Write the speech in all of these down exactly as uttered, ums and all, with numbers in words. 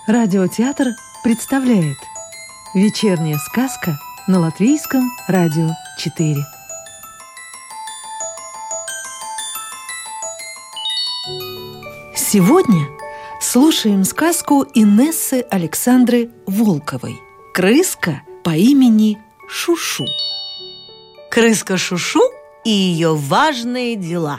Радиотеатр представляет «Вечерняя сказка» на Латвийском радио четыре. Сегодня слушаем сказку Инессы Александры Волковой «Крыска по имени Шушу». Крыска Шушу и ее важные дела.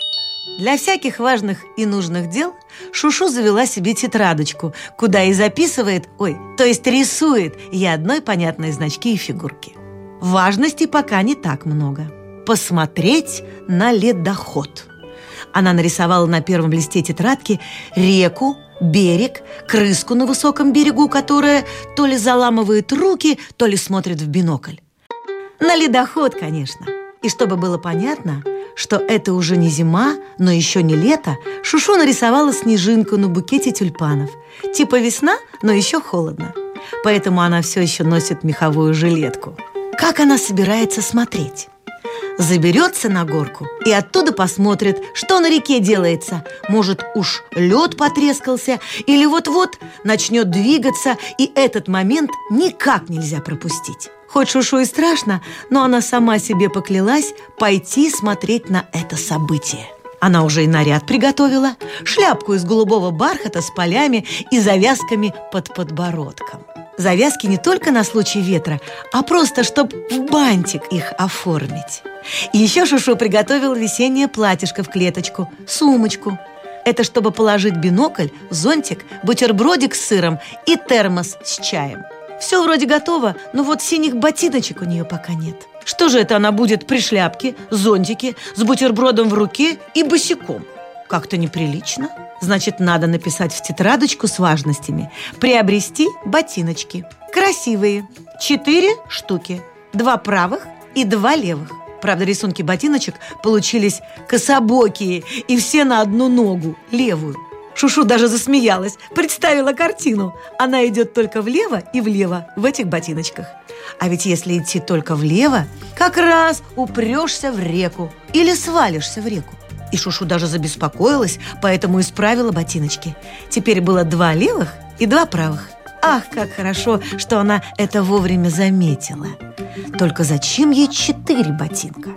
Для всяких важных и нужных дел Шушу завела себе тетрадочку, куда и записывает, ой, то есть рисует ей одной понятные значки и фигурки. Важностей пока не так много. Посмотреть на ледоход. Она нарисовала на первом листе тетрадки реку, берег, крыску на высоком берегу, которая то ли заламывает руки, то ли смотрит в бинокль. На ледоход, конечно. И чтобы было понятно, что это уже не зима, но еще не лето, Шушу нарисовала снежинку на букете тюльпанов. Типа весна, но еще холодно. Поэтому она все еще носит меховую жилетку. Как она собирается смотреть? Заберется на горку и оттуда посмотрит, что на реке делается. Может, уж лед потрескался или вот-вот начнет двигаться, и этот момент никак нельзя пропустить. Хоть Шушу и страшно, но она сама себе поклялась пойти смотреть на это событие. Она уже и наряд приготовила, шляпку из голубого бархата с полями и завязками под подбородком. Завязки не только на случай ветра, а просто, чтобы в бантик их оформить. И еще Шушу приготовила весеннее платьишко в клеточку, сумочку. Это чтобы положить бинокль, зонтик, бутербродик с сыром и термос с чаем. Все вроде готово, но вот синих ботиночек у нее пока нет. Что же это она будет при шляпке, зонтике, с бутербродом в руке и босиком? Как-то неприлично. Значит, надо написать в тетрадочку с важностями: приобрести ботиночки. Красивые. Четыре штуки. Два правых и два левых. Правда, рисунки ботиночек получились кособокие и все на одну ногу, левую. Шушу даже засмеялась, представила картину. Она идет только влево и влево в этих ботиночках. А ведь если идти только влево, как раз упрешься в реку или свалишься в реку. И Шушу даже забеспокоилась, поэтому исправила ботиночки. Теперь было два левых и два правых. Ах, как хорошо, что она это вовремя заметила. Только зачем ей четыре ботинка?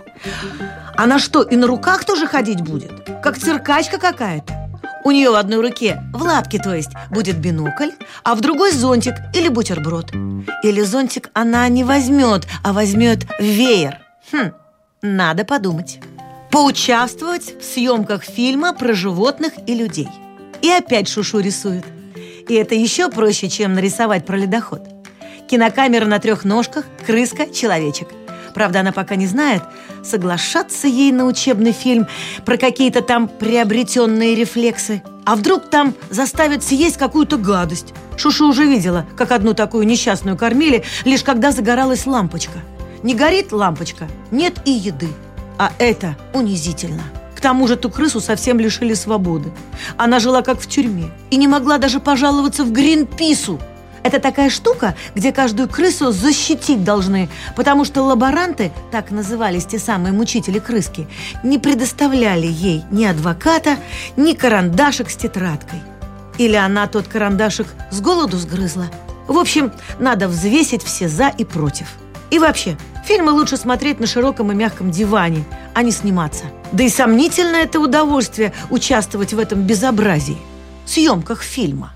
Она что, и на руках тоже ходить будет? Как циркачка какая-то? У нее в одной руке, в лапке, то есть, будет бинокль, а в другой зонтик или бутерброд. Или зонтик она не возьмет, а возьмет веер. Хм, надо подумать. Поучаствовать в съемках фильма про животных и людей. И опять Шушу рисует. И это еще проще, чем нарисовать про ледоход. Кинокамера на трех ножках, крыска, человечек. Правда, она пока не знает, соглашаться ей на учебный фильм про какие-то там приобретенные рефлексы. А вдруг там заставят съесть какую-то гадость? Шушу уже видела, как одну такую несчастную кормили, лишь когда загоралась лампочка. Не горит лампочка, нет и еды. А это унизительно. К тому же ту крысу совсем лишили свободы. Она жила как в тюрьме и не могла даже пожаловаться в Гринпису. Это такая штука, где каждую крысу защитить должны, потому что лаборанты, так назывались те самые мучители крыски, не предоставляли ей ни адвоката, ни карандашик с тетрадкой. Или она тот карандашик с голоду сгрызла. В общем, надо взвесить все «за» и «против». И вообще, фильмы лучше смотреть на широком и мягком диване, а не сниматься. Да и сомнительно это удовольствие участвовать в этом безобразии – съемках фильма.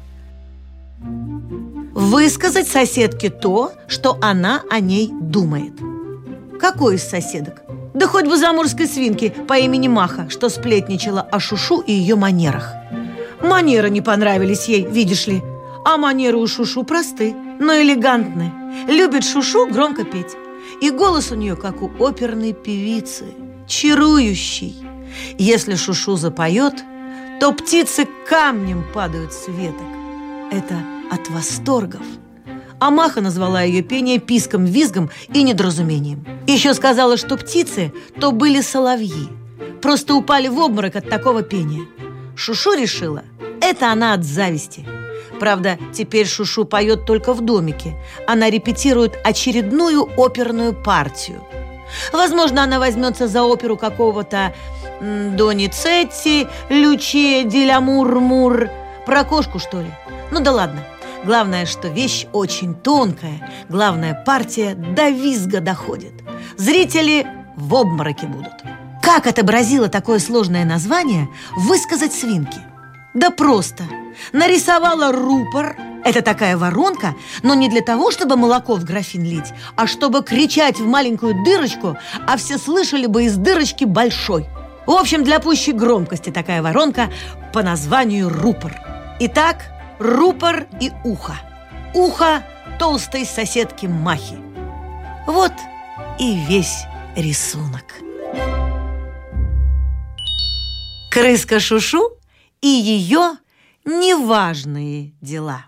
Высказать соседке то, что она о ней думает. Какой из соседок? Да хоть бы заморской свинки по имени Маха, что сплетничала о Шушу и ее манерах. Манеры не понравились ей, видишь ли. А манеры у Шушу просты, но элегантны. Любит Шушу громко петь. И голос у нее, как у оперной певицы, чарующий. Если Шушу запоет, то птицы камнем падают с веток. Это от восторгов. А Маха назвала ее пение писком, визгом и недоразумением. Еще сказала, что птицы то были соловьи. Просто упали в обморок от такого пения. Шушу решила, это она от зависти. Правда, теперь Шушу поет только в домике. Она репетирует очередную оперную партию. Возможно, она возьмется за оперу какого-то Доницетти, Лючия ди ля Мурмур. Про кошку, что ли? Ну да ладно. Главное, что вещь очень тонкая. Главная партия до визга доходит. Зрители в обмороке будут. Как отобразило такое сложное название высказать свинки? Да просто. Нарисовала рупор. Это такая воронка, но не для того, чтобы молоко в графин лить, а чтобы кричать в маленькую дырочку, а все слышали бы из дырочки большой. В общем, для пущей громкости такая воронка по названию рупор. Итак, рупор и ухо. Ухо толстой соседки Махи. Вот и весь рисунок. Крыска Шушу и ее неважные дела.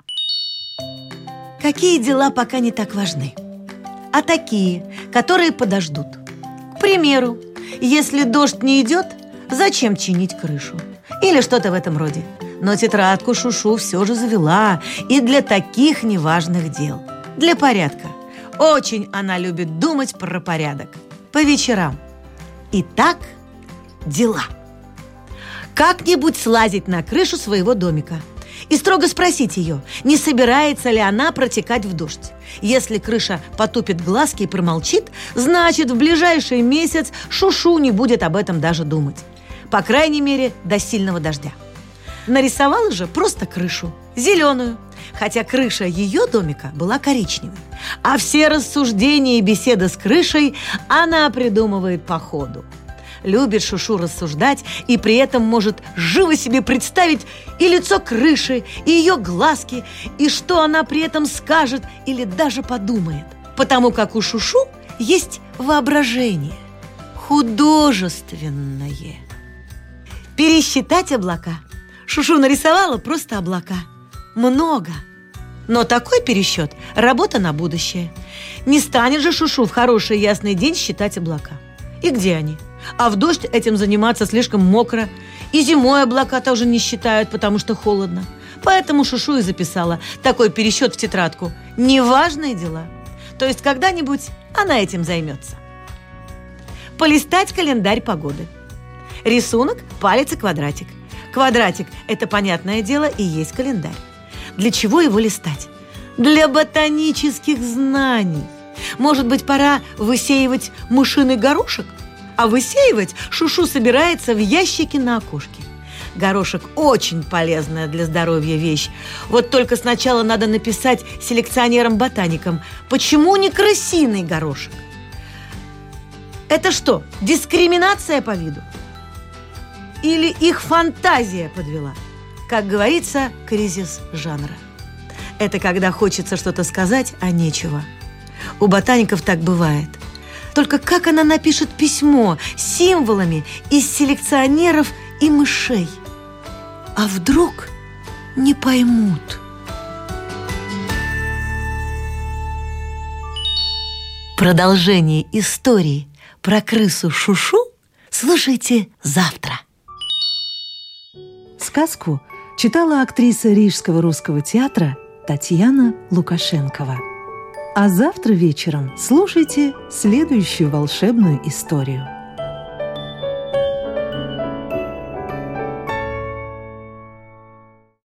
Какие дела пока не так важны, а такие, которые подождут. К примеру, если дождь не идет, зачем чинить крышу? Или что-то в этом роде. Но тетрадку Шушу все же завела и для таких неважных дел. Для порядка. Очень она любит думать про порядок. По вечерам. Итак, дела. Как-нибудь слазить на крышу своего домика и строго спросить ее, не собирается ли она протекать в дождь. Если крыша потупит глазки и промолчит, значит, в ближайший месяц Шушу не будет об этом даже думать. По крайней мере, до сильного дождя. Нарисовала же просто крышу, зеленую, хотя крыша ее домика была коричневой. А все рассуждения и беседы с крышей она придумывает по ходу. Любит Шушу рассуждать и при этом может живо себе представить и лицо крыши, и ее глазки, и что она при этом скажет или даже подумает. Потому как у Шушу есть воображение, художественное. Пересчитать облака. Шушу нарисовала просто облака. Много. Но такой пересчет – работа на будущее. Не станет же Шушу в хороший ясный день считать облака. И где они? А в дождь этим заниматься слишком мокро. И зимой облака тоже не считают, потому что холодно. Поэтому Шушу и записала такой пересчет в тетрадку. Неважные дела. То есть когда-нибудь она этим займется. Полистать календарь погоды. Рисунок – палец и квадратик. Квадратик – это, понятное дело, и есть календарь. Для чего его листать? Для ботанических знаний. Может быть, пора высеивать мышиный горошек? А высеивать Шушу собирается в ящике на окошке. Горошек очень полезная для здоровья вещь. Вот только сначала надо написать селекционерам-ботаникам, почему не крысиный горошек? Это что, дискриминация по виду? Или их фантазия подвела? Как говорится, кризис жанра. Это когда хочется что-то сказать, а нечего. У ботаников так бывает. Только как она напишет письмо с символами из селекционеров и мышей? А вдруг не поймут? Продолжение истории про крысу Шушу слушайте завтра. Сказку читала актриса Рижского русского театра Татьяна Лукашенкова. А завтра вечером слушайте следующую волшебную историю.